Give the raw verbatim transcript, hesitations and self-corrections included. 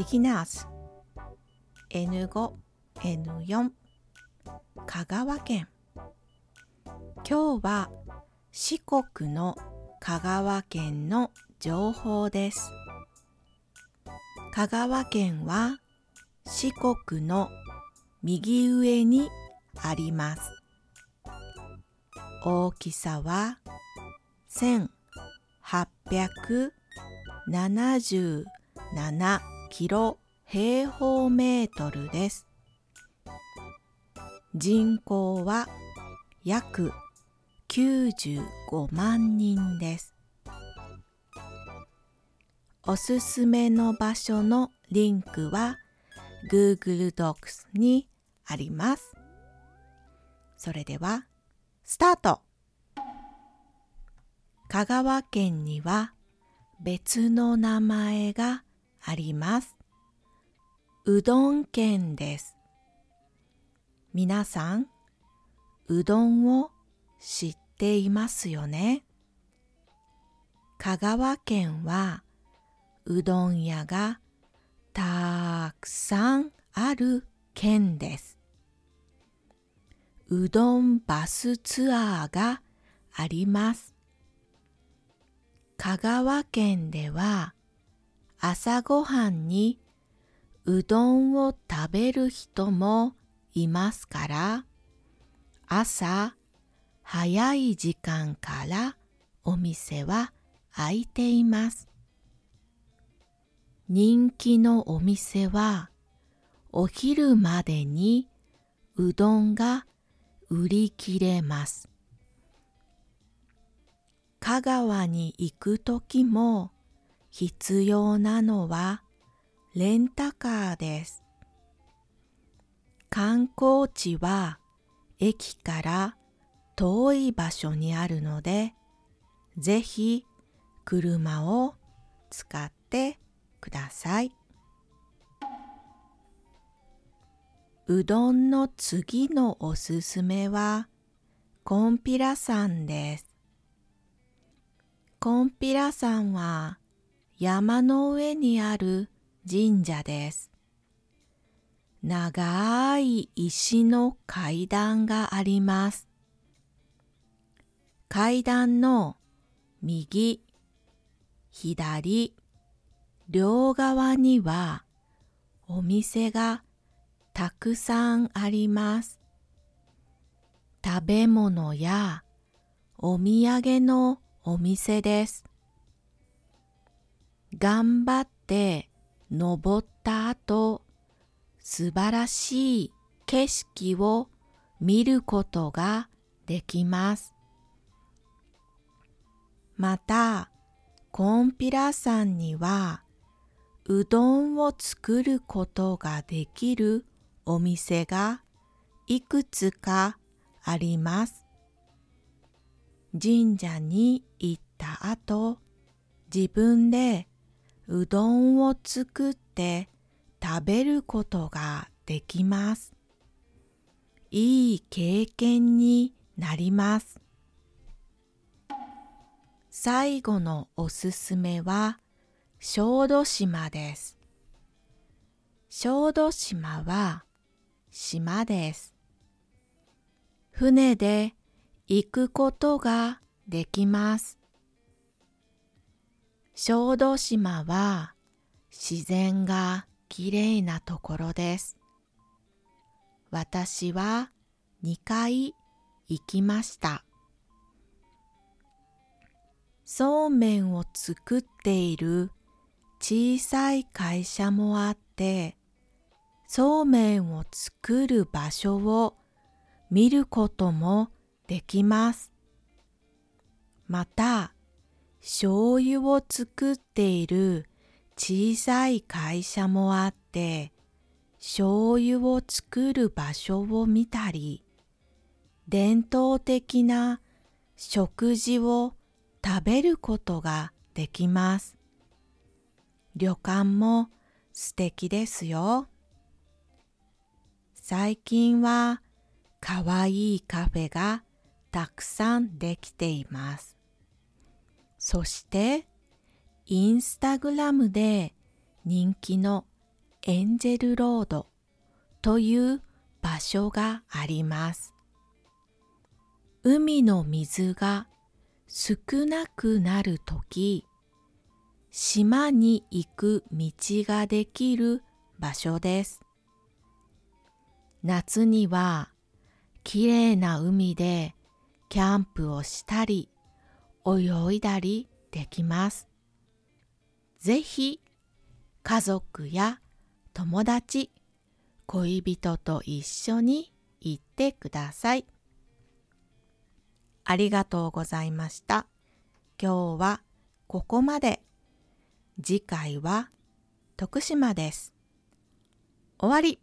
Beginners エヌご、エヌよん 香川県。今日は四国の香川県の情報です。香川県は四国の右上にあります。大きさはせんはっぴゃくななじゅうななキロ平方メートルです。人口は約きゅうじゅうごまんにんです。おすすめの場所のリンクは Google Docs にあります。それではスタート。香川県には別の名前があります。うどん県です。皆さん、うどんを知っていますよね。香川県はうどん屋がたくさんある県です。うどんバスツアーがあります。香川県では朝ごはんにうどんを食べる人もいますから、朝早い時間からお店は開いています。人気のお店はお昼までにうどんが売り切れます。香川に行くときも必要なのはレンタカーです。観光地は駅から遠い場所にあるので、ぜひ車を使ってください。うどんの次のおすすめはこんぴらさんです。こんぴらさんは山の上にある神社です。長い石の階段があります。階段の右、左、両側にはお店がたくさんあります。食べ物やお土産のお店です。頑張って登った後、素晴らしい景色を見ることができます。また、こんぴらさんにはうどんを作ることができるお店がいくつかあります。神社に行った後、自分でうどんを作って食べることができます。いい経験になります。最後のおすすめは小豆島です。小豆島は島です。船で行くことができます。小豆島は自然がきれいなところです。私はにかい行きました。そうめんを作っている小さい会社もあって、そうめんを作る場所を見ることもできます。また、醤油を作っている小さい会社もあって、醤油を作る場所を見たり、伝統的な食事を食べることができます。旅館も素敵ですよ。最近はかわいいカフェがたくさんできています。そしてインスタグラムで人気のエンジェルロードという場所があります。海の水が少なくなるとき、島に行く道ができる場所です。夏にはきれいな海でキャンプをしたり泳いだりできます。ぜひ家族や友達、恋人と一緒に行ってください。ありがとうございました。今日はここまで。次回は徳島です。終わり。